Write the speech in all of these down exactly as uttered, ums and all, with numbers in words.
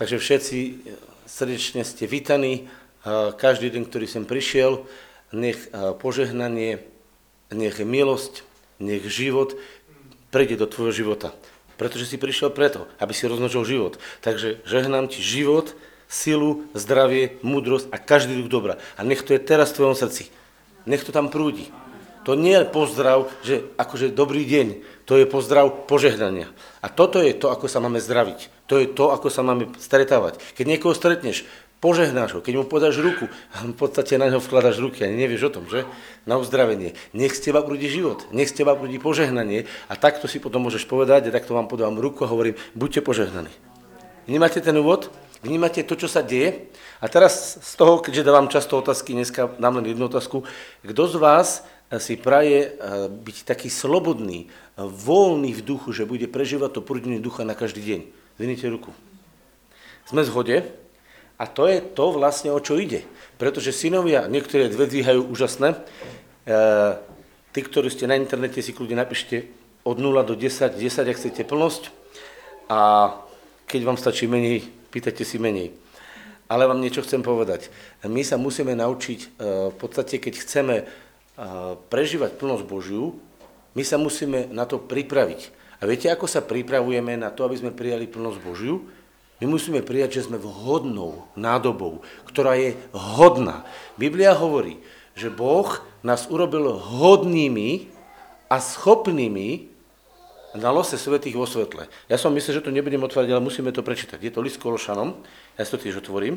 Takže všetci srdečne ste vítaní, každý jeden, ktorý sem prišiel, nech požehnanie, nech milosť, nech život prejde do tvojho života. Pretože si prišiel preto, aby si rozmnožil život. Takže žehnám ti život, silu, zdravie, múdrosť a každý duch dobra. A nech to je teraz v tvojom srdci. Nech to tam prúdi. To nie je pozdrav, že akože dobrý deň, to je pozdrav požehnania. A toto je to, ako sa máme zdraviť. To je to, ako sa máme stretávať. Keď niekoho stretneš, požehnáš ho, keď mu podáš ruku, v podstate na neho vkladaš ruky a nevieš o tom, že? Na uzdravenie. Nech z teba prúdi život, nech z teba prúdi požehnanie a takto si potom môžeš povedať, a takto vám podávam ruku a hovorím, buďte požehnaní. Vnímate ten úvod? Vnímate to, čo sa deje? A teraz z toho, keďže dávam často otázky, dneska dám len jednu otázku, kto z vás si praje byť taký slobodný, voľný v duchu, že bude prežívať to prúdenie ducha na každý deň. Zvinite ruku. Sme v zhode a to je to vlastne, o čo ide. Pretože synovia, niektoré dve dvíhajú úžasné. Tí, ktorí ste na internete, si kľudne napíšte od nula do desať, desať, ak chcete plnosť. A keď vám stačí menej, pýtajte si menej. Ale vám niečo chcem povedať. My sa musíme naučiť, v podstate, keď chceme prežívať plnosť Božiu, my sa musíme na to pripraviť. A viete, ako sa pripravujeme na to, aby sme prijali plnosť Božiu? My musíme prijať, že sme vhodnou nádobou, ktorá je hodná. Biblia hovorí, že Boh nás urobil hodnými a schopnými na lose svätých vo svetle. Ja som myslel, že to nebudem otvárať, ale musíme to prečítať. Je to list Kološanom, ja si to tiež otvorím.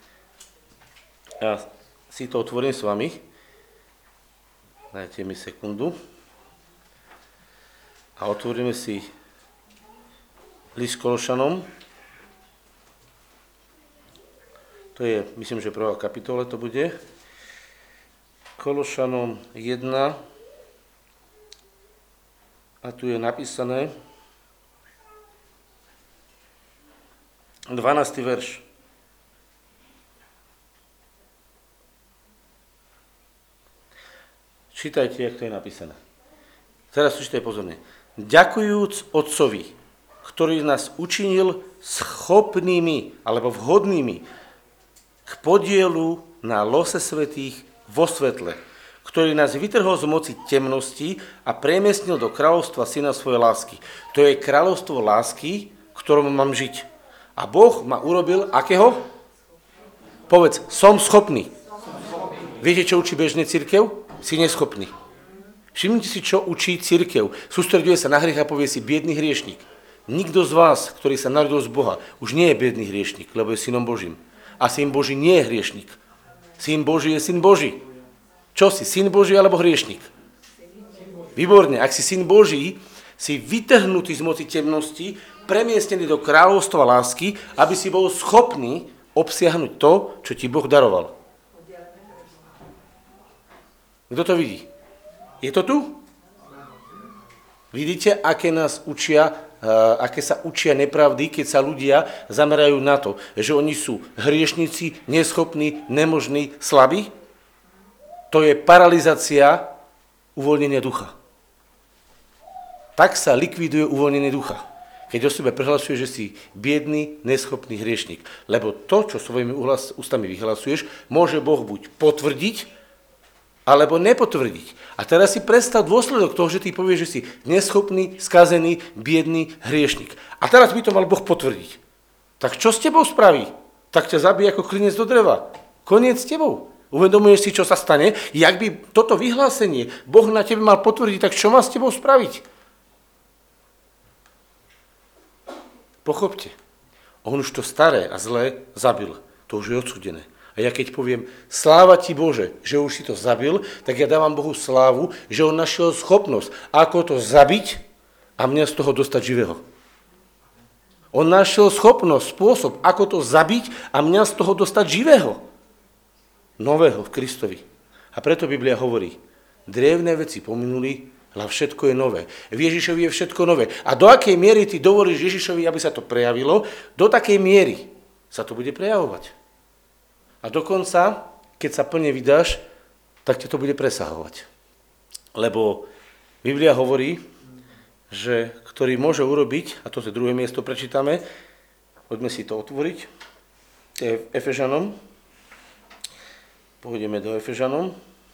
Ja si to otvorím s vami. Dajte mi sekundu. A otvoríme si list Kološanom. To je, myslím, že prvá kapitola to bude. Kološanom jedna. A tu je napísané dvanásty verš. Čítajte, jak to je napísané. Teraz čítaj pozorne. Ďakujúc Otcovi, ktorý nás učinil schopnými alebo vhodnými k podielu na lose svätých vo svetle, ktorý nás vytrhol z moci temnosti a premiestnil do kráľovstva syna svojej lásky. To je kráľovstvo lásky, v ktorom mám žiť. A Boh ma urobil akého? Povedz, som schopný. Viete, čo učí bežne cirkev? Si neschopný. Všimnite si, čo učí cirkev. Sústreďuje sa na hriech a povie si biedný hriešnik. Nikto z vás, ktorý sa narodil z Boha, už nie je biedný hriešnik, lebo je synom Božím. A syn Boží nie je hriešnik. Syn Boží je syn Boží. Čo si, syn Boží alebo hriešnik? Výborne, ak si syn Boží, si vytrhnutý z moci temnosti, premiestnený do kráľovstva lásky, aby si bol schopný obsiahnuť to, čo ti Boh daroval. Kto to vidí? Je to tu? Vidíte, aké nás učia, uh, aké sa učia nepravdy, keď sa ľudia zamerajú na to, že oni sú hriešnici, neschopní, nemožní, slabí? To je paralizácia uvoľnenia ducha. Tak sa likviduje uvoľnenie ducha. Keď o sebe prehlasuje, že si biedný, neschopný hriešnik. Lebo to, čo svojimi ústami vyhlasuješ, môže Boh buď potvrdiť, alebo nepotvrdiť. A teraz si predstav dôsledok toho, že ty povieš, že si neschopný, skazený, biedný hriešnik. A teraz by to mal Boh potvrdiť. Tak čo s tebou spraví? Tak ťa zabije ako klinec do dreva. Koniec s tebou. Uvedomuješ si, čo sa stane? Jak by toto vyhlásenie Boh na tebe mal potvrdiť, tak čo má s tebou spraviť? Pochopte, on už to staré a zlé zabil. To už je odsúdené. A ja keď poviem, sláva ti Bože, že už si to zabil, tak ja dávam Bohu slávu, že on našiel schopnosť, ako to zabiť a mňa z toho dostať živého. On našiel schopnosť, spôsob, ako to zabiť a mňa z toho dostať živého. Nového v Kristovi. A preto Biblia hovorí, drevné veci pominuli, ale všetko je nové. V Ježišovi je všetko nové. A do akej miery ty dovolíš Ježišovi, aby sa to prejavilo, do takej miery sa to bude prejavovať. A dokonca, keď sa plne vydáš, tak ťa to bude presahovať. Lebo Biblia hovorí, že ktorý môže urobiť, a to je druhé miesto prečítame, Poďme si to otvoriť. To je v Efežanom. Pôjdeme do Efežanom.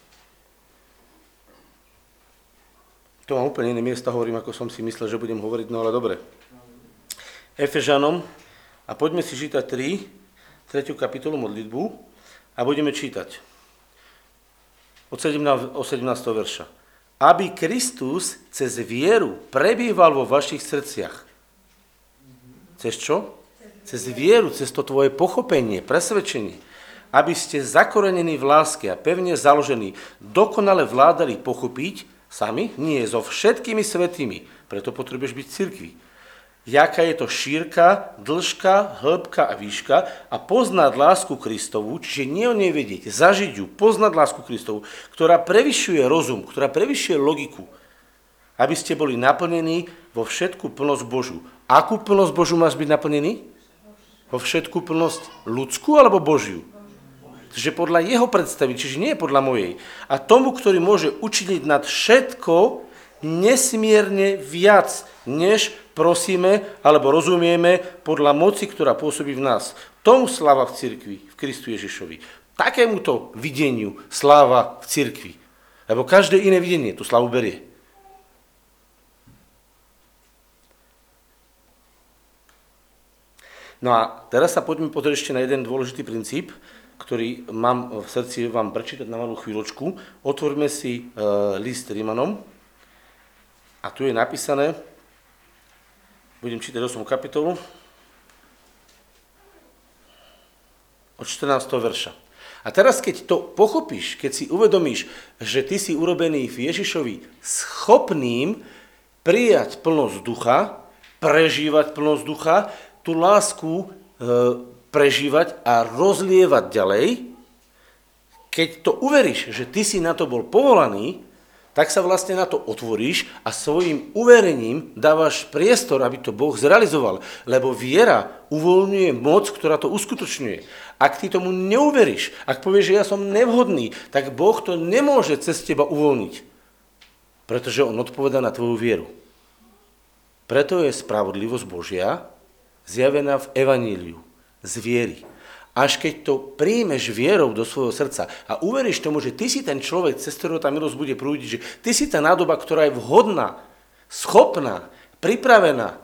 To mám úplne iné miesta, hovorím, ako som si myslel, že budem hovoriť, no ale dobre. Efežanom. A poďme si čítať tri, tretiu kapitolu modlitbu a budeme čítať od sedemnásteho verša. Aby Kristus cez vieru prebýval vo vašich srdciach. Cez čo? Cez vieru, cez to tvoje pochopenie, presvedčenie. Aby ste zakorenení v láske a pevne založení, dokonale vládali pochopiť, sami? Nie, so všetkými svätými. Preto potrebuješ byť v cirkvi. Jaká je to šírka, dĺžka, hĺbka a výška a poznať lásku Kristovu, čiže nie o nej vedieť, zažiť ju, poznať lásku Kristovu, ktorá prevyšuje rozum, ktorá prevyšuje logiku, aby ste boli naplnení vo všetku plnosť Božiu. Akú plnosť Božiu máš byť naplnený? Vo všetku plnosť ľudskú alebo Božiu? Čiže podľa jeho predstavy, čiže nie podľa mojej. A tomu, ktorý môže učiniť nad všetko nesmierne viac, než prosíme alebo rozumieme podľa moci, ktorá pôsobí v nás. Tomu sláva v cirkvi, v Kristu Ježišovi. Takémuto videniu sláva v cirkvi. Lebo každé iné videnie tú slávu berie. No a teraz sa poďme pozrieť ešte na jeden dôležitý princíp, ktorý mám v srdci vám prečítať na malú chvíľočku. Otvorme si e, list Rímanom. A tu je napísané, budem čítať ôsmu kapitolu, od štrnásteho verša. A teraz, keď to pochopíš, keď si uvedomíš, že ty si urobený v Ježišovi schopným prijať plnosť ducha, prežívať plnosť ducha, tú lásku e, prežívať a rozlievať ďalej, keď to uveríš, že ty si na to bol povolaný, tak sa vlastne na to otvoríš a svojim uverením dávaš priestor, aby to Boh zrealizoval. Lebo viera uvoľňuje moc, ktorá to uskutočňuje. Ak ty tomu neuveríš, ak povieš, že ja som nevhodný, tak Boh to nemôže cez teba uvoľniť. Pretože on odpovedá na tvoju vieru. Preto je spravodlivosť Božia zjavená v evaníliu, z viery. Až keď to príjmeš vierou do svojho srdca a uveríš tomu, že ty si ten človek, cez ktorého tá milosť bude prúdiť, že ty si tá nádoba, ktorá je vhodná, schopná, pripravená,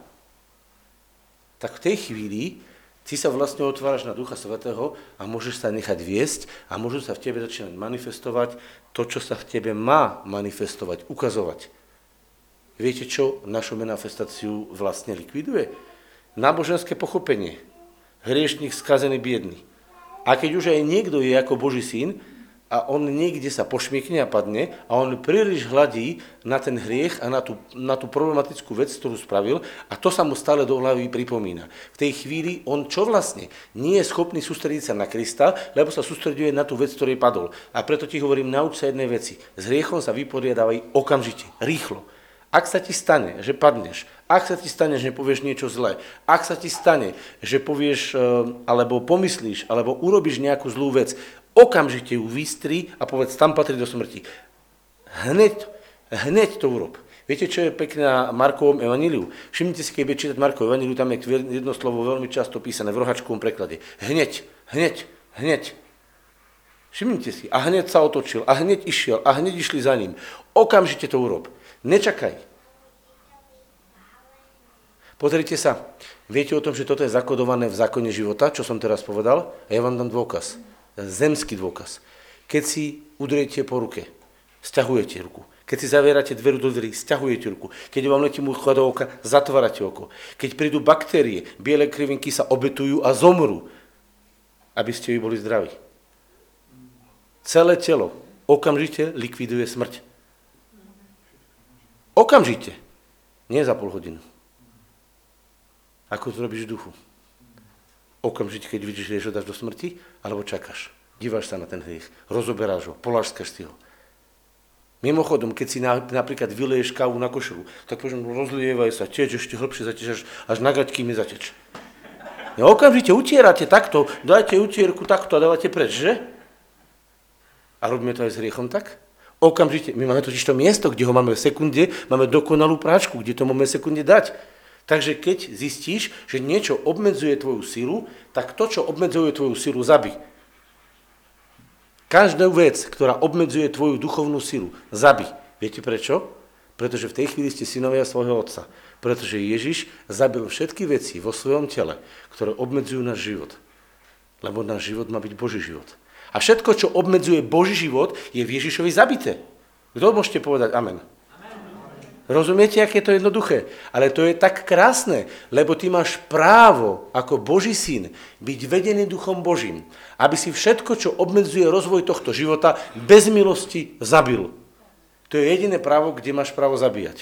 tak v tej chvíli ty sa vlastne otváraš na Ducha Svätého a môžeš sa nechať viesť a môžu sa v tebe začínať manifestovať to, čo sa v tebe má manifestovať, ukazovať. Viete, čo našu manifestáciu vlastne likviduje? Náboženské pochopenie. Hriešnik, skazený, biedný. A keď už aj niekto je ako Boží syn a on niekde sa pošmiekne a padne a on príliš hladí na ten hriech a na tú, na tú problematickú vec, ktorú spravil a to sa mu stále do hlavy pripomína. V tej chvíli on čo vlastne? Nie je schopný sústrediť sa na Krista, lebo sa sústreďuje na tú vec, ktorej padol. A preto ti hovorím, nauč sa jednej veci. S hriechom sa vyporiadávaj okamžite, rýchlo. Ak sa ti stane, že padneš, ak sa ti stane, že povieš niečo zlé, ak sa ti stane, že povieš, alebo pomyslíš, alebo urobíš nejakú zlú vec, okamžite ju vystri a povedz, tam patrí do smrti. Hneď, hneď to urob. Viete, čo je pekné na Markovom evaníliu? Všimnite si, keď bude čítať Markov evaníliu, tam je jedno slovo veľmi často písané v rohačkovom preklade. Hneď, hneď, hneď. Všimnite si. A hneď sa otočil, a hneď išiel, a hneď išli za ním. Okamžite to urob. Nečakaj. Pozrite sa, viete o tom, že toto je zakodované v zákone života, čo som teraz povedal? A ja vám dám dôkaz. Zemský dôkaz. Keď si udriete po ruke, sťahujete ruku. Keď si zavierate dveru do dverí, sťahujete ruku. Keď vám letí mucha do oka, zatvárate oko. Keď prídu baktérie, biele krivinky sa obetujú a zomrú, aby ste vy boli zdraví. Celé telo okamžite likviduje smrť. Okamžite. Nie za pol hodinu. Ako to robíš v duchu? Okamžite, keď vidíš, že ho dáš do smrti, alebo čakáš. Díváš sa na ten hriech, rozoberáš ho, polášskaš si ho. Mimochodom, keď si na, napríklad vyleješ kávu na košelu, tak povieš, rozlievaj sa, teč, ešte hlbšie zateč, až na gaťky mi zateč. No, okamžite utierate takto, dajte utierku takto a dávate preč, že? A robíme to aj s hriechom tak? Okamžite, my máme totiž to miesto, kde ho máme v sekunde, máme dokonalú práčku, kde to máme v sekunde dať. Takže keď zistíš, že niečo obmedzuje tvoju silu, tak to, čo obmedzuje tvoju silu, zabij. Každú vec, ktorá obmedzuje tvoju duchovnú silu, zabij. Viete prečo? Pretože v tej chvíli ste synovia svojho otca. Pretože Ježiš zabil všetky veci vo svojom tele, ktoré obmedzujú náš život. Lebo náš život má byť Boží život. A všetko, čo obmedzuje Boží život, je v Ježišovi zabité. Kto môžete povedať amen? Rozumiete, aké je to jednoduché? Ale to je tak krásne, lebo ty máš právo ako Boží syn byť vedený duchom Božím, aby si všetko, čo obmedzuje rozvoj tohto života, bez milosti zabil. To je jediné právo, kde máš právo zabíjať.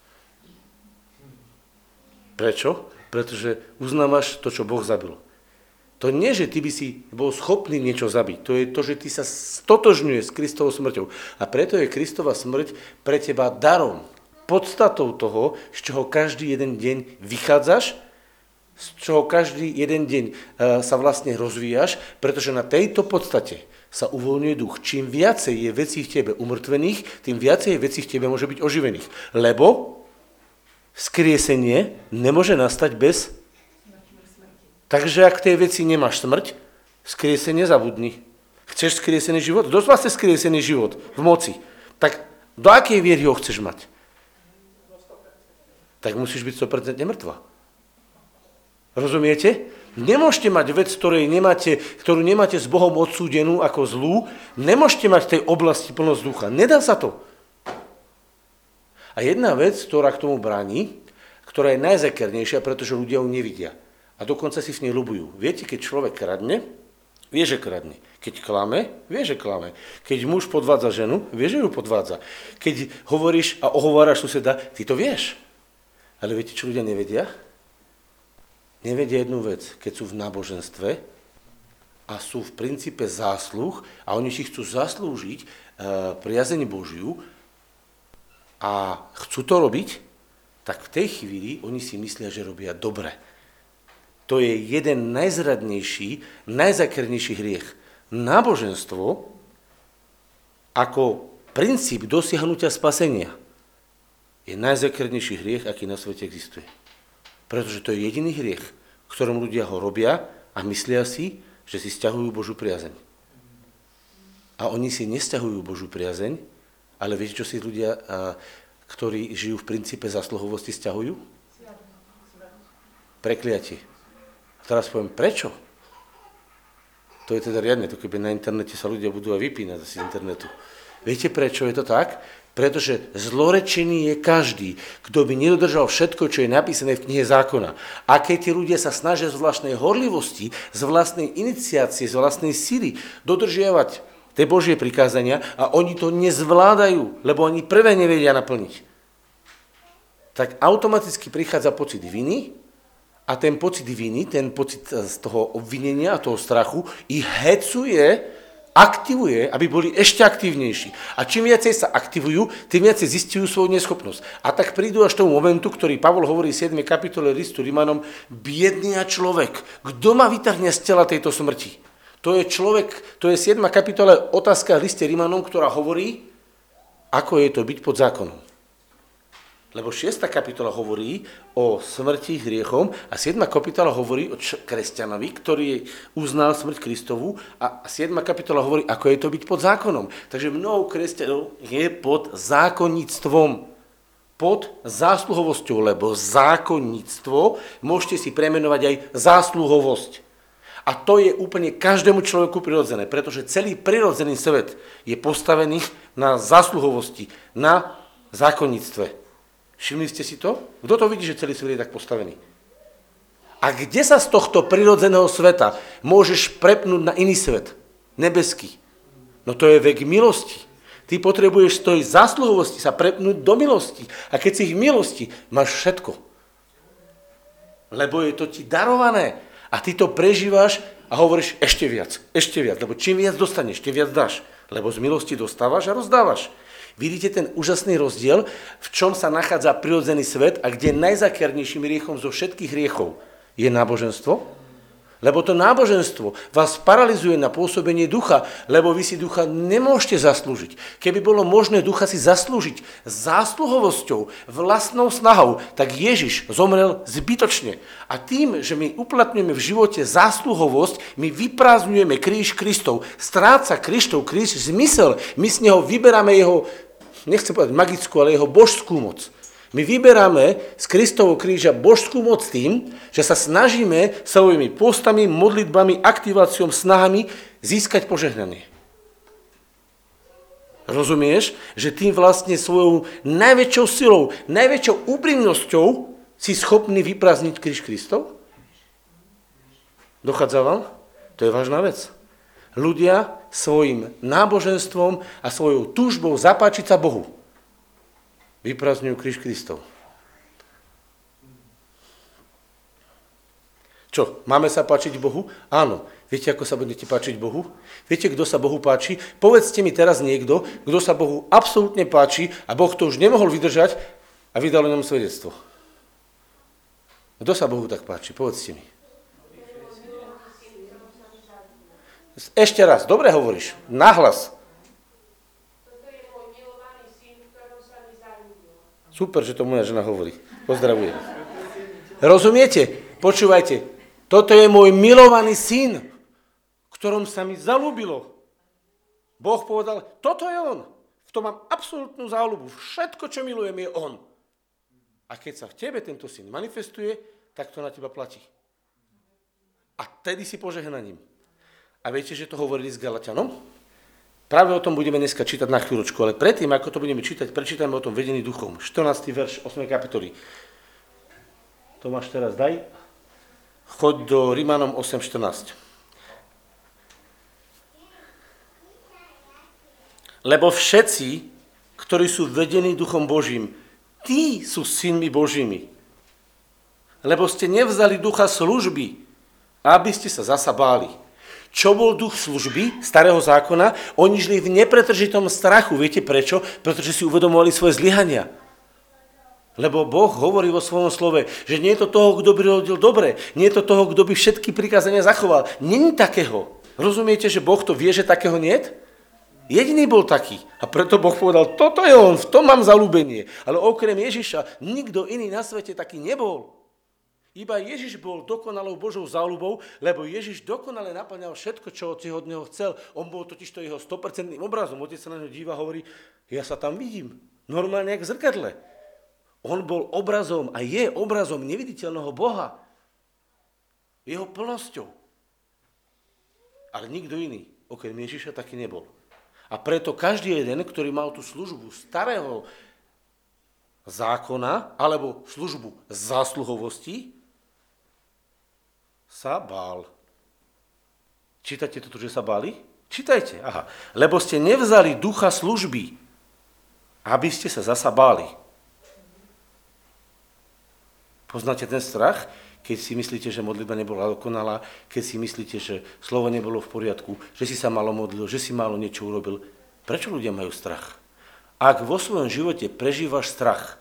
Prečo? Pretože uznávaš to, čo Boh zabil. To nie, že ty by si bol schopný niečo zabiť. To je to, že ty sa stotožňuje s Kristovou smrťou. A preto je Kristova smrť pre teba darom. Podstatou toho, z čoho každý jeden deň vychádzaš, z čoho každý jeden deň sa vlastne rozvíjaš, pretože na tejto podstate sa uvoľňuje duch. Čím viacej je vecí v tebe umrtvených, tým viacej vecí v tebe môže byť oživených. Lebo vzkriesenie nemôže nastať bez... Takže ak v tej veci nemáš smrť, vzkriesenie zabudni. Chceš vzkriesený život? Kto z vás chce vzkriesený život v moci? Tak do akej viery ho chceš mať? Tak musíš byť sto percent mŕtva. Rozumiete? Nemôžete mať vec, ktorej nemáte, ktorú nemáte s Bohom odsúdenú ako zlú, nemôžete mať v tej oblasti plnosť ducha. Nedá sa to. A jedna vec, ktorá k tomu bráni, ktorá je najzakernejšia, pretože ľudia ju nevidia. A dokonca si v nej ľubujú. Viete, keď človek kradne, vie, že kradne. Keď klame, vie, že klame. Keď muž podvádza ženu, vie, že ju podvádza. Keď hovoríš a ohováraš suseda, ty to vieš. Ale viete, čo ľudia nevedia? Nevedia jednu vec. Keď sú v náboženstve a sú v princípe zásluh a oni si chcú zaslúžiť e, priazeň Božiu a chcú to robiť, tak v tej chvíli oni si myslia, že robia dobre. To je jeden najzradnejší, najzakernejší hriech. Náboženstvo ako princíp dosiahnutia spasenia je najzakernejší hriech, aký na svete existuje. Pretože to je jediný hriech, v ktorom ľudia ho robia a myslia si, že si sťahujú Božiu priazeň. A oni si nesťahujú Božiu priazeň, ale viete, čo si ľudia, ktorí žijú v princípe zásluhovosti, sťahujú? Prekliatie. A teraz poviem, prečo? To je teda riadne, to keby na internete sa ľudia budú aj vypínať z internetu. Viete, prečo je to tak? Pretože zlorečený je každý, kto by nedodržal všetko, čo je napísané v knihe zákona. A keď tí ľudia sa snažia z vlastnej horlivosti, z vlastnej iniciácie, z vlastnej síly dodržiavať tie Božie prikázania a oni to nezvládajú, lebo oni prvé nevedia naplniť, tak automaticky prichádza pocit viny a ten pocit viny, ten pocit z toho obvinenia a toho strachu ich hecuje, aktivuje, aby boli ešte aktívnejší. A čím viacej sa aktivujú, tým viacej zistujú svoju neschopnosť. A tak prídu až tomu momentu, ktorý Pavol hovorí v siedmej kapitole listu Rimanom, biedný človek, kto ma vyťahne z tela tejto smrti? To je človek, to je siedma kapitola otázka v liste Rimanom, ktorá hovorí, ako je to byť pod zákonom. Lebo šiesta kapitola hovorí o smrti hriechom a siedma kapitola hovorí o č- kresťanovi, ktorý uznal smrť Kristovu a siedma kapitola hovorí, ako je to byť pod zákonom. Takže mnoho kresťanov je pod zákonníctvom, pod zásluhovosťou, lebo zákonníctvo môžete si premenovať aj zásluhovosť. A to je úplne každému človeku prirodzené, pretože celý prirodzený svet je postavený na zásluhovosti, na zákonníctve. Všimli ste si to? Kto to vidí, že celý svet je tak postavený? A kde sa z tohto prirodzeného sveta môžeš prepnúť na iný svet? Nebeský. No to je vek milosti. Ty potrebuješ z tej zásluhovosti sa prepnúť do milosti. A keď si v milosti, máš všetko. Lebo je to ti darované. A ty to prežívaš a hovoríš ešte viac, ešte viac. Lebo čím viac dostaneš, tým viac dáš. Lebo z milosti dostávaš a rozdávaš. Vidíte ten úžasný rozdiel, v čom sa nachádza prirodzený svet a kde najzakernejším hriechom zo všetkých hriechov je náboženstvo? Lebo to náboženstvo vás paralizuje na pôsobenie ducha, lebo vy si ducha nemôžete zaslúžiť. Keby bolo možné ducha si zaslúžiť zásluhovosťou, vlastnou snahou, tak Ježiš zomrel zbytočne. A tým, že my uplatňujeme v živote zásluhovosť, my vyprázdňujeme kríž Kristov. Stráca Kristov kríž zmysel. My z neho vyberáme jeho, nechcem povedať magickú, ale jeho božskú moc. My vyberáme z Kristovho kríža božskú moc tým, že sa snažíme svojimi postami, modlitbami, aktiváciou, snahami získať požehnanie. Rozumieš, že tým vlastne svojou najväčšou silou, najväčšou úprimnosťou si schopný vyprázdniť kríž Kristov? Dochádza vám? To je vážna vec. Ľudia svojim náboženstvom a svojou túžbou zapáčiť sa Bohu vyprázdňujú kríž Kristov. Čo, máme sa páčiť Bohu? Áno. Viete, ako sa budete páčiť Bohu? Viete, kto sa Bohu páči? Povedzte mi teraz niekto, kto sa Bohu absolútne páči a Boh to už nemohol vydržať a vydal o ňom svedectvo. Kto sa Bohu tak páči? Povedzte mi. Ešte raz, dobre hovoríš. Nahlas. Super, že to moja žena hovorí. Pozdravujem. Rozumiete? Počúvajte. Toto je môj milovaný syn, v ktorom sa mi zalúbilo. Boh povedal, toto je on. V tom mám absolútnu záľubu. Všetko, čo milujem, je on. A keď sa v tebe tento syn manifestuje, tak to na teba platí. A tedy si požehnaním. A viete, že to hovorili s Galatianom? Práve o tom budeme dneska čítať na chvíľočku, ale predtým, ako to budeme čítať, prečítame o tom vedení duchom. štrnásty verš ôsmej kapitoly. Tomáš, teraz daj. Choď do Rímanom osem štrnásť. Lebo všetci, ktorí sú vedení duchom Božím, tí sú synmi Božími. Lebo ste nevzali ducha služby, aby ste sa zasa báli. Čo bol duch služby starého zákona? Oni žili v nepretržitom strachu. Viete prečo? Pretože si uvedomovali svoje zlyhania. Lebo Boh hovorí vo svojom slove, že nie je to toho, kto by rodil dobre, nie je to toho, kto by všetky prikázania zachoval. Není takého. Rozumiete, že Boh to vie, že takého niet? Jediný bol taký. A preto Boh povedal, toto je on, v tom mám zalúbenie. Ale okrem Ježiša nikto iný na svete taký nebol. Iba Ježiš bol dokonalou Božou záľubou, lebo Ježiš dokonale naplňal všetko, čo Otec od neho chcel. On bol totiž to jeho sto percent obrazom. Otec sa na neho díva a hovorí, ja sa tam vidím. Normálne jak v zrkadle. On bol obrazom a je obrazom neviditeľného Boha. Jeho plnosťou. Ale nikto iný, okrem Ježiša, taký nebol. A preto každý jeden, ktorý mal tú službu starého zákona alebo službu zásluhovosti, sa bál. Čítate toto, že sa báli? Čítajte, aha. Lebo ste nevzali ducha služby, aby ste sa zasa báli. Poznáte ten strach, keď si myslíte, že modlitba nebola dokonalá, keď si myslíte, že slovo nebolo v poriadku, že si sa malo modlil, že si málo niečo urobil. Prečo ľudia majú strach? Ak vo svojom živote prežívaš strach,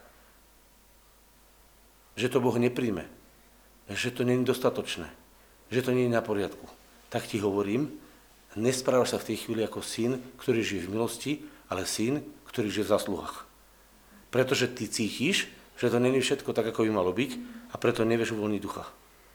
že to Boh nepríjme, že to nie je dostatočné, že to nie je na poriadku, tak ti hovorím, nesprávaš sa v tej chvíli ako syn, ktorý žije v milosti, ale syn, ktorý žije v zásluhách. Pretože ty cítiš, že to nie je všetko tak, ako by malo byť, a preto nevieš uvoľniť ducha.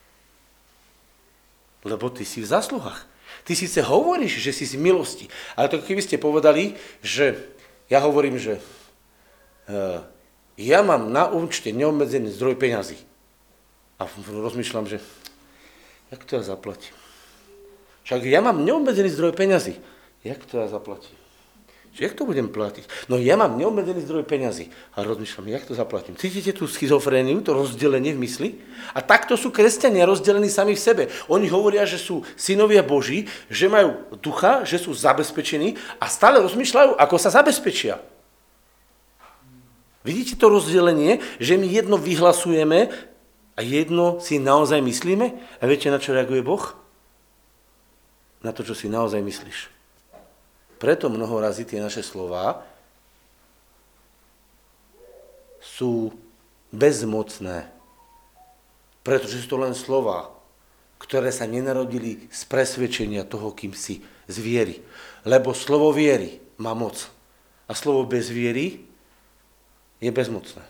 Lebo ty si v zásluhách. Ty síce hovoríš, že si z milosti, ale to keby ste povedali, že ja hovorím, že uh, ja mám na účte neobmedzený zdroj peňazí. A rozmýšľam, že jak to ja zaplatím? Však ja mám neobmedzený zdroj peňazí. Jak to ja zaplatím? Že jak to budem platiť? No ja mám neobmedzený zdroj peňazí. A rozmýšľam, jak to zaplatím? Cítite tú schizofréniu, to rozdelenie v mysli? A takto sú kresťania rozdelení sami v sebe. Oni hovoria, že sú synovia Boží, že majú ducha, že sú zabezpečení a stále rozmýšľajú, ako sa zabezpečia. Vidíte to rozdelenie, že my jedno vyhlasujeme a jedno si naozaj myslíme? A viete, na čo reaguje Boh? Na to, čo si naozaj myslíš. Preto mnoho razy tie naše slová sú bezmocné. Pretože sú to len slová. ktoré sa nenarodili z presvedčenia toho, kým si, z viery. Lebo slovo viery má moc. A slovo bez viery je bezmocné.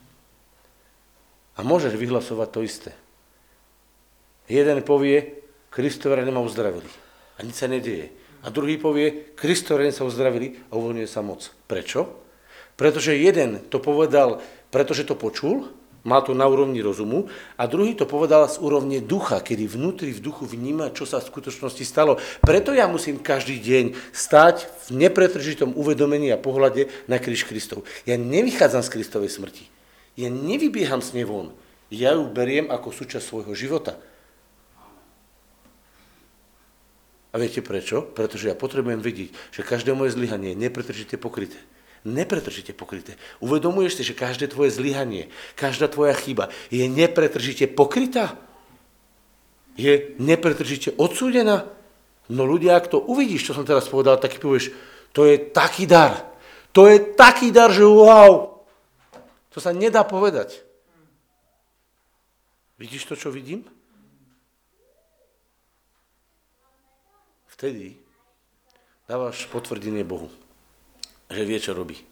A môžeš vyhlasovať to isté. Jeden povie, Kristovere ma uzdravili. A nič sa nedieje. A druhý povie, Kristovere sa uzdravili a uvoľňuje sa moc. Prečo? Pretože jeden to povedal, pretože to počul, mal to na úrovni rozumu, a druhý to povedal z úrovne ducha, kedy vnútri v duchu vníma, čo sa v skutočnosti stalo. Preto ja musím každý deň stáť v nepretržitom uvedomení a pohľade na kríž Kristov. Ja nevychádzam z Kristovej smrti. Ja nevybieham s nej von. Ja ju beriem ako súčasť svojho života. A viete prečo? Pretože ja potrebujem vidieť, že každé moje zlyhanie je nepretržite pokryté. Nepretržite pokryté. Uvedomuješ si, že každé tvoje zlyhanie, každá tvoja chyba je nepretržite pokrytá? Je nepretržite odsúdená? No ľudia, ak to uvidíš, čo som teraz povedal, tak povieš, to je taký dar. To je taký dar, že wow! To sa nedá povedať. Vidíš to, čo vidím? Vtedy dávaš potvrdenie Bohu, že vie, čo robí.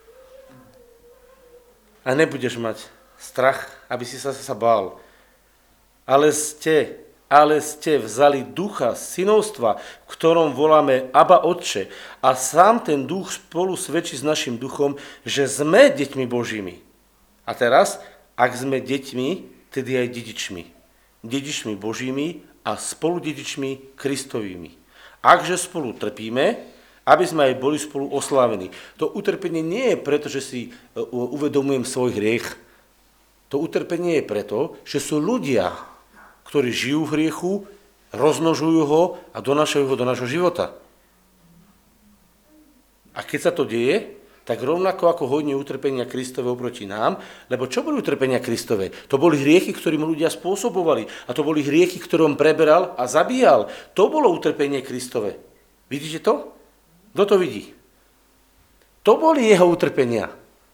A nebudeš mať strach, aby si sa, sa bál. Ale ste, ale ste vzali ducha synovstva, v ktorom voláme Abba Otče. A sám ten duch spolu svedčí s našim duchom, že sme deťmi Božími. A teraz, ak sme deťmi, tedy aj dedičmi. Dedičmi Božími a spoludedičmi Kristovými. Akže spolu trpíme, aby sme aj boli spolu oslávení. To utrpenie nie je preto, že si uvedomujem svoj hriech. To utrpenie je preto, že sú ľudia, ktorí žijú v hriechu, rozmnožujú ho a donášajú ho do nášho života. A keď sa to deje, tak rovnako ako hodne utrpenia Kristove oproti nám, lebo čo boli utrpenia Kristove? To boli hriechy, ktorým ľudia spôsobovali. A to boli hriechy, ktoré on preberal a zabíjal. To bolo utrpenie Kristove. Vidíte to? Kto to vidí? To boli jeho utrpenia.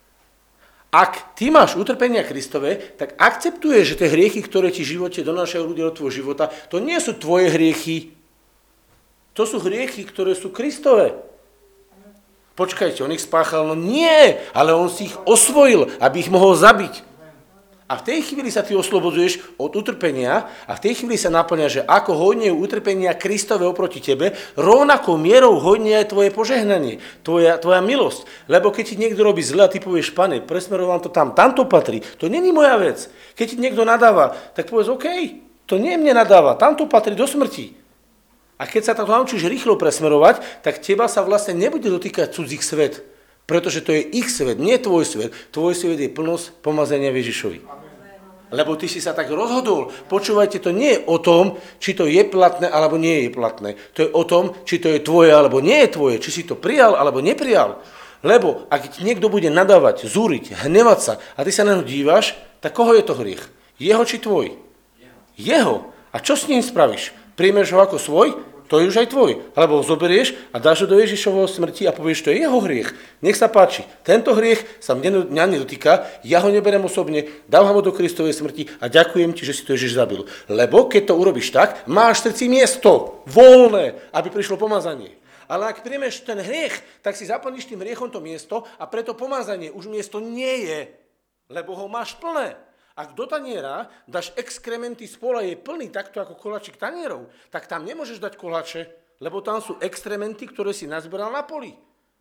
Ak ty máš utrpenia Kristove, tak akceptuješ, že tie hriechy, ktoré ti v živote donášajú ľudia do tvojho života, to nie sú tvoje hriechy. To sú hriechy, ktoré sú Kristove. Počkajte, on ich spáchal? No nie, ale on si ich osvojil, aby ich mohol zabiť. A v tej chvíli sa ty oslobodzuješ od utrpenia a v tej chvíli sa naplňa, že ako hojne je utrpenia Kristove oproti tebe, rovnakou mierou hojne je tvoje požehnanie, tvoja, tvoja milosť. Lebo keď ti niekto robí zle a ty povieš, Pane, presmeroval to tam, tam to patrí, to není moja vec. Keď ti niekto nadáva, tak povieš, OK, to nie mne nadáva, tam to patrí do smrti. A keď sa to naučíš rýchlo presmerovať, tak teba sa vlastne nebude dotýkať cudzích svet, pretože to je ich svet, nie tvoj svet. Tvoj svet je plnosť pomazania Ježišovi. Lebo ty si sa tak rozhodol. Počúvajte, to nie je o tom, či to je platné, alebo nie je platné. To je o tom, či to je tvoje, alebo nie je tvoje. Či si to prijal, alebo neprijal. Lebo ak ti niekto bude nadávať, zúriť, hnevať sa a ty sa na ňo díváš, tak koho je to hriech? Jeho či tvoj? Jeho. A čo s ním spravíš? Príjmeš ho ako svoj? To je už aj tvoj. Alebo ho zoberieš a dáš ho do Ježišovho smrti a povieš, to je jeho hriech. Nech sa páči. Tento hriech sa mňa, mňa nedotýka, ja ho neberiem osobne, dávam ho do Kristovej smrti a ďakujem ti, že si to Ježiš zabil. Lebo keď to urobíš tak, máš v srdci miesto voľné, aby prišlo pomazanie. Ale ak príjmeš ten hriech, tak si zaplníš tým hriechom to miesto a preto pomazanie už miesto nie je, lebo ho máš plné. Ak do taniera dáš exkrementy z pola, je plný takto ako koláčik tanierov, tak tam nemôžeš dať koláče, lebo tam sú exkrementy, ktoré si nazberal na poli.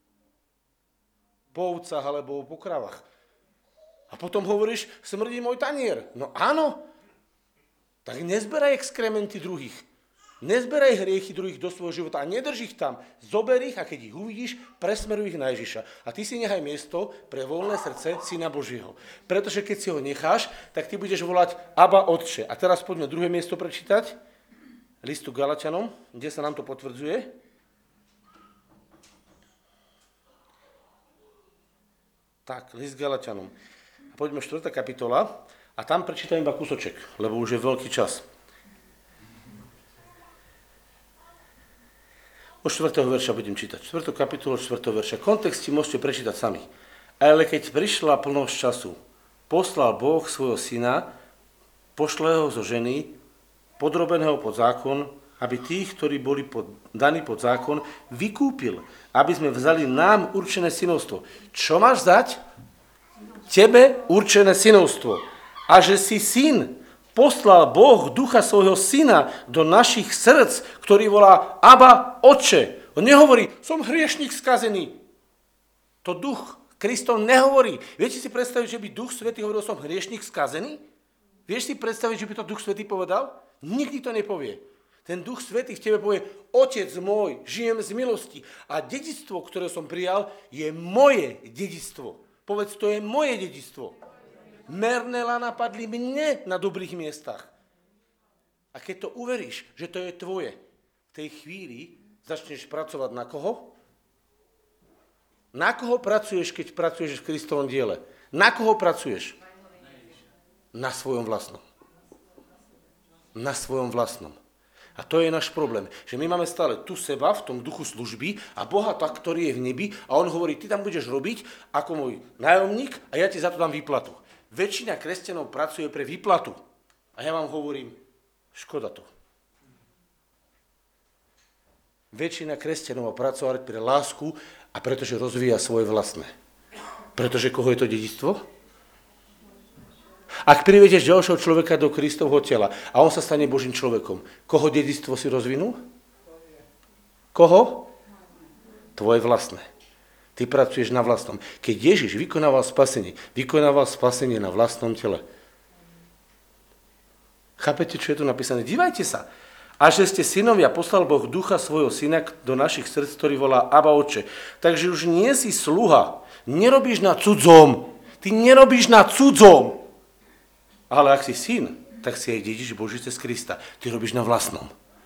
Po ovcách alebo po kravách. A potom hovoríš, smrdí môj tanier. No áno, tak nezberaj exkrementy druhých. Nezberaj hriechy druhých do svojho života a nedrž ich tam. Zober ich a keď ich uvidíš, presmeruj ich na Ježiša. A ty si nechaj miesto pre voľné srdce Syna Božieho. Pretože keď si ho necháš, tak ty budeš volať Abba Otče. A teraz poďme druhé miesto prečítať. Listu Galaťanom, kde sa nám to potvrdzuje. Tak, list Galaťanom. A poďme štvrtá kapitola a tam prečítam iba kúsoček, lebo už je veľký čas. Od štvrtého verša budem čítať. štvrtú kapitolu, štvrtého verša. Kontext si môžete prečítať sami. Ale keď prišla plnosť času, poslal Boh svojho syna, pošle ho zo ženy, podrobeného pod zákon, aby tých, ktorí boli pod, daní pod zákon, vykúpil, aby sme vzali nám určené synovstvo. Čo máš dať? Tebe určené synovstvo. A že si syn, poslal Boh ducha svojho syna do našich srdc, ktorý volá Abba, Otče. On nehovorí, som hriešnik skazený. To duch Kristov nehovorí. Viete si predstaviť, že by duch svätý hovoril, som hriešnik skazený? Vieš si predstaviť, že by to duch svätý povedal? Nikdy to nepovie. Ten duch svätý v tebe povie, Otec môj, žijem z milosti a dedičstvo, ktoré som prijal, je moje dedičstvo. Povedz, to je moje dedičstvo. Mernela napadli mne na dobrých miestach. A keď to uveríš, že to je tvoje, v tej chvíli začneš pracovať na koho? Na koho pracuješ, keď pracuješ v Kristovom diele? Na koho pracuješ? Na svojom vlastnom. Na svojom vlastnom. A to je náš problém, že my máme stále tu seba v tom duchu služby a Boha tak, ktorý je v nebi a on hovorí, ty tam budeš robiť ako môj nájomník a ja ti za to dám výplatu. Väčšina kresťanov pracuje pre výplatu a ja vám hovorím, škoda to. Väčšina kresťanov má pracovať pre lásku a pretože rozvíja svoje vlastné. Pretože koho je to dedičstvo? Ak privedeš ďalšieho človeka do Kristovho tela a on sa stane Božím človekom, koho dedičstvo si rozvinul? Koho? Tvoje vlastné. Ty pracuješ na vlastnom. Keď Ježiš vykonával spasenie, vykonával spasenie na vlastnom tele. Chápete, čo je tu napísané? Dívajte sa. A že ste synovia, poslal Boh ducha svojho syna do našich srdc, ktorý volá Abba, Otče. Takže už nie si sluha. Nerobíš na cudzom. Ty nerobíš na cudzom. Ale ak si syn, tak si aj dedič Boží cez Krista. Ty robíš na vlastnom.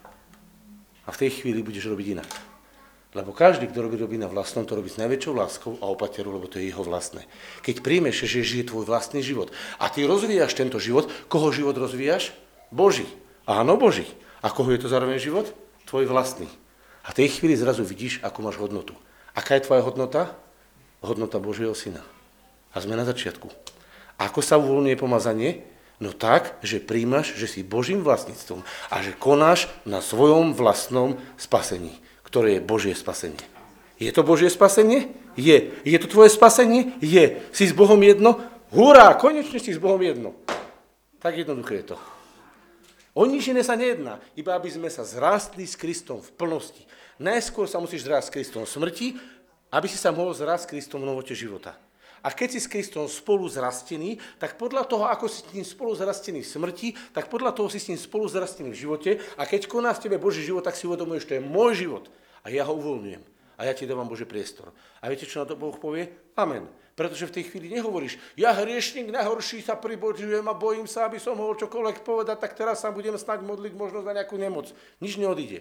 A v tej chvíli budeš robiť inak. Lebo každý, kto robí, robí na vlastnom, to robí s najväčšou láskou a opaterou, lebo to je jeho vlastné. Keď príjmeš, že žije tvoj vlastný život a ty rozvíjaš tento život, koho život rozvíjaš? Boží. Áno, Boží. A koho je to zároveň život? Tvoj vlastný. A v tej chvíli zrazu vidíš, akú máš hodnotu. Aká je tvoja hodnota? Hodnota Božieho syna. A sme na začiatku. Ako sa uvoľňuje pomazanie? No tak, že príjmaš, že si Božím vlastníctvom a že konáš na svojom vlastnom spasení, ktoré je Božie spasenie. Je to Božie spasenie? Je. Je to tvoje spasenie? Je. Si s Bohom jedno? Hurá, konečne si s Bohom jedno. Tak jednoduché je to. O nič iné sa nejedná, iba aby sme sa zrástli s Kristom v plnosti. Najskôr sa musíš zrásť s Kristom v smrti, aby si sa mohol zrásť s Kristom v novote života. A keď si s Kristom spolu zrastený, tak podľa toho, ako si s ním spolu zrastený v smrti, tak podľa toho si s ním spolu zrastený v živote. A keď koná v tebe Boží život, tak si uvedomuješ, že to je môj život. A ja ho uvoľňujem. A ja ti dávam Boží priestor. A viete, čo na to Boh povie? Amen. Pretože v tej chvíli nehovoríš, ja hriešnik najhorší sa pribožujem a bojím sa, aby som mohol čokoľvek povedať, tak teraz sa budem snáď modliť možno za nejakú nemoc. Nič neodíde.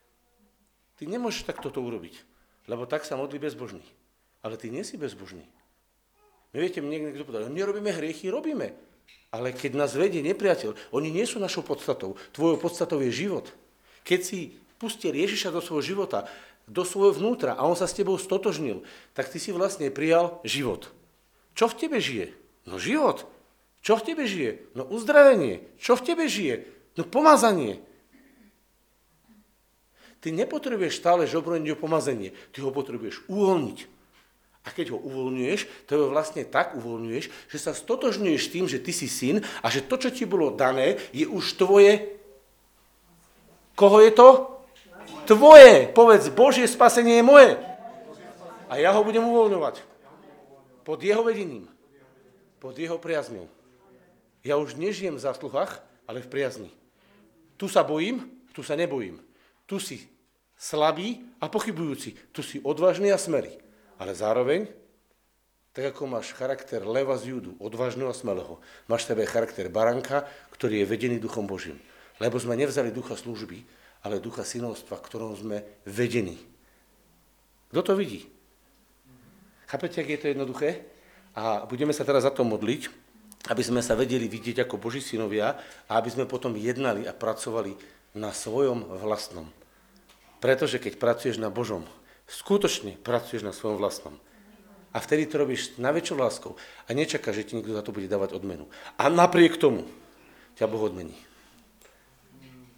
Ty nemôžeš takto to urobiť, lebo tak sa modlí bezbožný. Ale ty nie si bezbožný. My viete, mne niekto povedal, nerobíme hriechy, robíme. Ale keď nás vedie nepriateľ, oni nie sú našou podstatou. Tvojou podstatou je život. Keď si pustil Ježiša do svojho života, do svojho vnútra a on sa s tebou stotožnil, tak ty si vlastne prijal život. Čo v tebe žije? No život. Čo v tebe žije? No uzdravenie. Čo v tebe žije? No pomazanie. Ty nepotrebuješ stále žobroniť o pomazanie. Ty ho potrebuješ uvoľniť. A keď ho uvoľňuješ, to ho vlastne tak uvoľňuješ, že sa stotožňuješ s tým, že ty si syn a že to, čo ti bolo dané, je už tvoje. Koho je to? Tvoje. Povedz, Božie spasenie je moje. A ja ho budem uvoľňovať. Pod jeho vedením. Pod jeho priazňou. Ja už nežijem v zásluhách, ale v priazni. Tu sa bojím, tu sa nebojím. Tu si slabý a pochybujúci. Tu si odvážny a smelý. Ale zároveň, tak ako máš charakter leva z Júdu, odvážneho a smelého, máš v tebe charakter baranka, ktorý je vedený Duchom Božím. Lebo sme nevzali ducha služby, ale ducha synovstva, v ktorom sme vedení. Kto to vidí? Chápete, ak je to jednoduché? A budeme sa teraz za to modliť, aby sme sa vedeli vidieť ako Boží synovia a aby sme potom jednali a pracovali na svojom vlastnom. Pretože keď pracuješ na Božom, skutočne pracuješ na svojom vlastnom. A vtedy to robíš s najväčšou láskou a nečakáš, že ti niekto za to bude dávať odmenu. A napriek tomu ťa Boh odmení.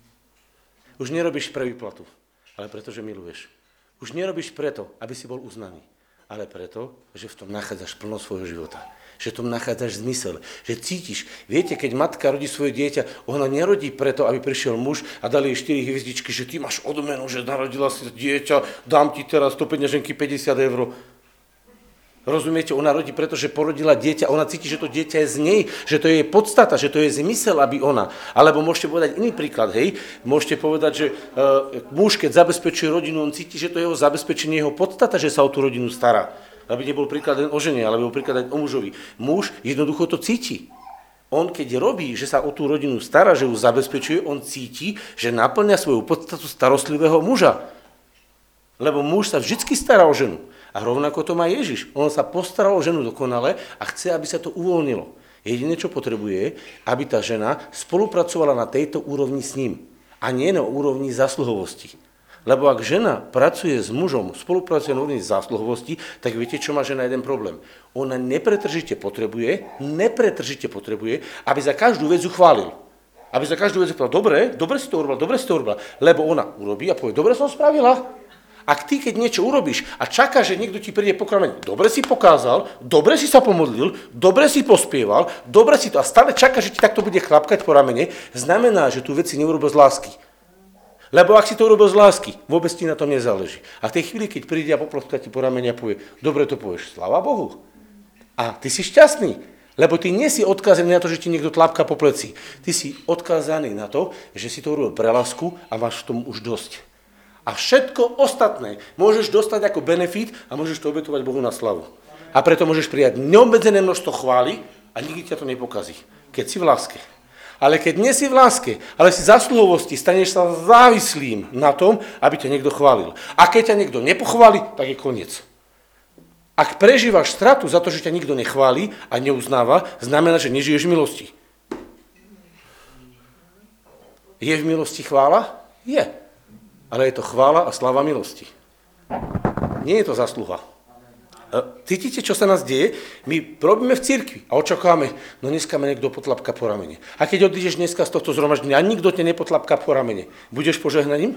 Už nerobíš pre výplatu, ale preto, že miluješ. Už nerobíš preto, aby si bol uznaný, ale preto, že v tom nachádzaš plno svojho života. Že v tom nachádzaš zmysel, že cítiš. Viete, keď matka rodí svoje dieťa, ona nerodí preto, aby prišiel muž a dali jej štyri hviezdičky, že ty máš odmenu, že narodila si dieťa, dám ti teraz sto peňaženky päťdesiat eur. Rozumiete, ona rodí preto, že porodila dieťa, ona cíti, že to dieťa je z nej, že to je jej podstata, že to je zmysel, aby ona. Alebo môžete povedať iný príklad, hej, môžete povedať, že uh, muž, keď zabezpečuje rodinu, on cíti, že to je jeho zabezpečenie, jeho podstata, že sa o tú rodinu stará. Aby nebol príklad len o žene, ale bol príklad aj o mužovi. Muž jednoducho to cíti. On keď robí, že sa o tú rodinu stará, že ju zabezpečuje, on cíti, že naplňa svoju podstatu starostlivého muža. Lebo muž sa vždy stará o ženu. A rovnako to má Ježiš. On sa postaral o ženu dokonale a chce, aby sa to uvoľnilo. Jediné, čo potrebuje, aby tá žena spolupracovala na tejto úrovni s ním. A nie na úrovni zásluhovosti. Lebo ak žena pracuje s mužom, spolupracuje na úrovni zásluhovosti, tak viete, čo má žena jeden problém. Ona nepretržite potrebuje, nepretržite potrebuje, aby za každú vec ju chválil. Aby za každú vec povedal, dobre, dobre si to urobila, dobre si to urobila. Lebo ona urobí a povie, dobre som spravila. Ak ty, keď niečo urobíš a čakáš, že niekto ti príde po ramene, dobre si pokázal, dobre si sa pomodlil, dobre si pospieval, dobre si to a stále čakáš, že ti takto bude chlapkať po ramene, znamená, že tú vec si neurobil z lásky. Lebo ak si to urobil z lásky, vôbec ti na tom nezáleží. A v tej chvíli, keď príde a poploská ti po ramene a povie, dobre to povieš, sláva Bohu. A ty si šťastný, lebo ty nie si odkázaný na to, že ti niekto tlapká po pleci. Ty si odkázaný na to, že si to urobil pre lásku a máš v tom už dosť. A všetko ostatné môžeš dostať ako benefit a môžeš to obetovať Bohu na slavu. A preto môžeš prijať neobmedzené množstvo chvály a nikdy ťa to nepokazí, keď si v láske. Ale keď nie si v láske, ale si zasluhovosti, staneš sa závislým na tom, aby ťa niekto chválil. A keď ťa niekto nepochváli, tak je koniec. Ak prežívaš stratu za to, že ťa nikto nechváli a neuznáva, znamená, že nežiješ v milosti. Je v milosti chvála? Je. Ale je to chvála a sláva milosti. Nie je to zasluha. Cítite, čo sa nás deje? My robíme v cirkvi a očakávame, no dneska ma niekto potlapka po ramene. A keď odídeš dneska z tohto zhromaždenia a nikto ťa nepotlapka po ramene, budeš požehnaním?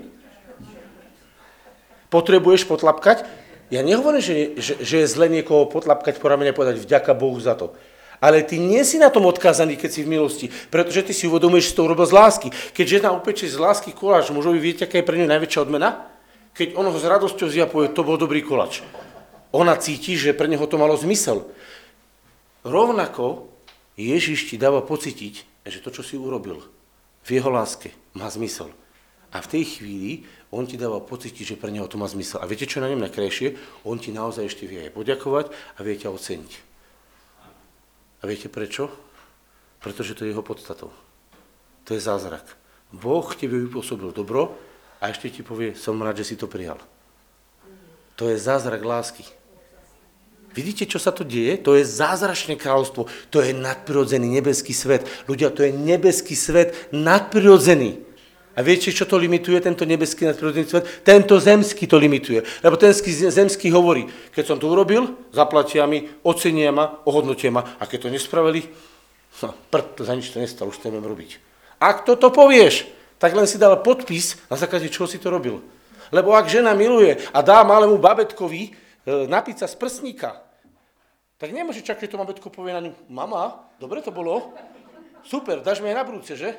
Potrebuješ potlapkať? Ja nehovorím, že, že, že je zle niekoho potlapkať po ramene a povedať vďaka Bohu za to. Ale ty nie si na tom odkázaný, keď si v milosti, pretože ty si uvedomuješ, že si to urobil z lásky. Keď žena upečie z lásky koláč, mužovi viete, aká je pre ňu najväčšia odmena? Keď on ho s radosťou zjavuje, povie, to bol dobrý koláč. Ona cíti, že pre neho to malo zmysel. Rovnako Ježiš ti dáva pocítiť, že to, čo si urobil v jeho láske, má zmysel. A v tej chvíli on ti dáva pocítiť, že pre neho to má zmysel. A viete, čo je na ňom najkrajšie? On ti naozaj ešte vie aj poďakovať a vie ťa oceniť. A viete prečo? Pretože to je jeho podstatou. To je zázrak. Boh tebe vypôsobil dobro a ešte ti povie, som rád, že si to prijal. To je zázrak lásky. Vidíte, čo sa to deje? To je zázračné kráľovstvo. To je nadprirodzený nebeský svet. Ľudia, to je nebeský svet nadprirodzený. A viete, čo to limituje, tento nebeský nadprirodzený svet? Tento zemský to limituje. Lebo ten zemský hovorí, keď som to urobil, zaplatia mi, ocenia ma, ohodnotia ma. A keď to nespravili, no, prd, za nič to nestalo, už to neviem robiť. Ak toto povieš, tak len si dal podpis, na základe čoho si to robil. Lebo ak žena miluje a dá malému babetkovi e, napiť sa z prsníka, tak nemôže čakať, že to babetko povie na ňu, mama, dobre to bolo, super, dáš mi aj na brúce, že?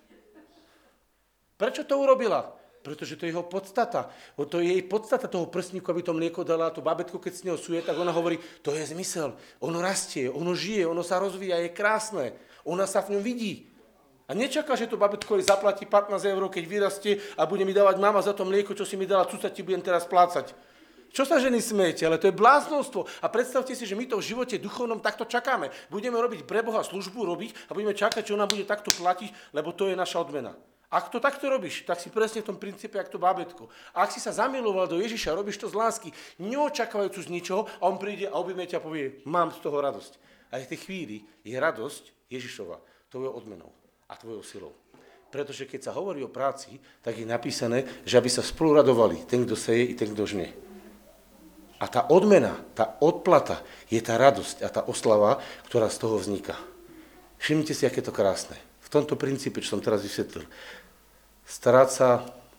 Prečo to urobila? Pretože to je jeho podstata. To je jej podstata toho prsníku, aby to mlieko dala a to babetko, keď s neho suje, tak ona hovorí, to je zmysel. Ono rastie, ono žije, ono sa rozvíja, je krásne. Ona sa v ňom vidí. A nečaká, že to babetko jej zaplatí pätnásť eur, keď vyrastie a bude mi dávať mama za to mlieko, čo si mi dala, cuca ti budem teraz plácať. Čo sa ženy smejete? Ale to je bláznostvo. A predstavte si, že my to v živote duchovnom takto čakáme. Budeme robiť pre Boha službu, robiť a budeme čakať, že ona bude takto platiť, lebo to je naša odmena. Ak to takto robíš, tak si presne v tom princípe, jak to bábätko. A ak si sa zamiloval do Ježiša, robíš to z lásky, neočakávajúcu z ničoho a on príde a objme ťa a povie, mám z toho radosť. A v tej chvíli je radosť Ježišova, tvojou odmenou a tvojou silou. Pretože keď sa hovorí o práci, tak je napísané, že aby sa spolu radovali, ten, kto seje i ten, kto žne. A tá odmena, tá odplata je tá radosť a tá oslava, ktorá z toho vzniká. Všimnite si, aké je to krásne. V tomto princípe, čo som teraz vysvetlil. Starať sa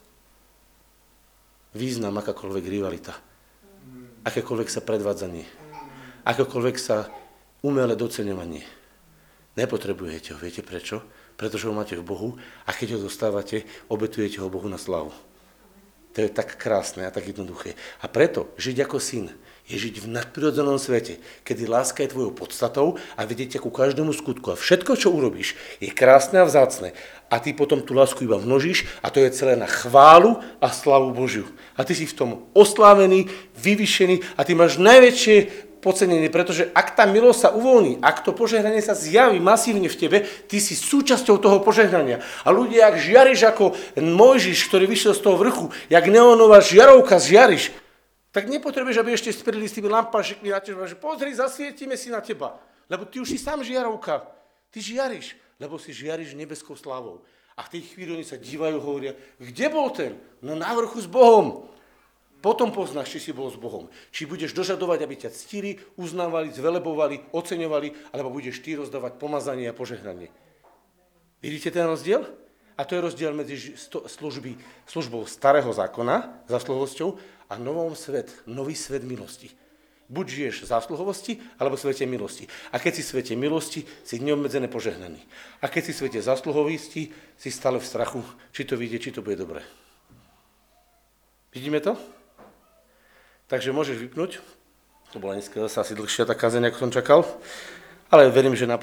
význam akákoľvek rivalita, akékoľvek sa predvádzanie, akékoľvek sa umelé doceňovanie. Nepotrebujete ho, viete prečo? Pretože ho máte v Bohu a keď ho dostávate, obetujete ho Bohu na slavu. To je tak krásne a tak jednoduché. A preto žiť ako syn je žiť v nadprirodzenom svete, kedy láska je tvojou podstatou a vidíte ku každému skutku. A všetko, čo urobíš, je krásne a vzácne. A ty potom tú lásku iba množíš a to je celé na chválu a slavu Božiu. A ty si v tom oslávený, vyvyšený a ty máš najväčšie podcenenie, pretože ak tá milosť sa uvoľní, ak to požehnanie sa zjaví masívne v tebe, ty si súčasťou toho požehnania. A ľudia, ak žiariš ako Mojžiš, ktorý vyšiel z toho vrchu, jak neónová žiarovka žiariš, tak nepotrebuješ, aby ešte sprili s tými lampášikmi na teba, že pozri, zasvietime si na teba, lebo ty už si sám žiarovka. Ty žiariš, lebo si žiariš nebeskou slávou. A v tej chvíli oni sa dívajú, hovoria, kde bol ten? No na vrchu s Bohom. Potom poznáš, či si bol s Bohom. Či budeš dožadovať, aby ťa ctili, uznávali, zvelebovali, oceňovali, alebo budeš ty rozdávať pomazanie a požehnanie. Vidíte ten rozdiel? A to je rozdiel medzi služby, službou starého zákona, zásluhovosťou, a novom svet, nový svet milosti. Buď žiješ v zásluhovosti, alebo v svete milosti. A keď si v svete milosti, si neobmedzené požehnaný. A keď si v svete zásluhovosti, si stále v strachu, či to vyjde, či to bude dobré. Vidíme to? Takže môžeš vypnúť. To bola dneska zase asi dlhšia tá kazeň, ako som čakal. Ale verím, že na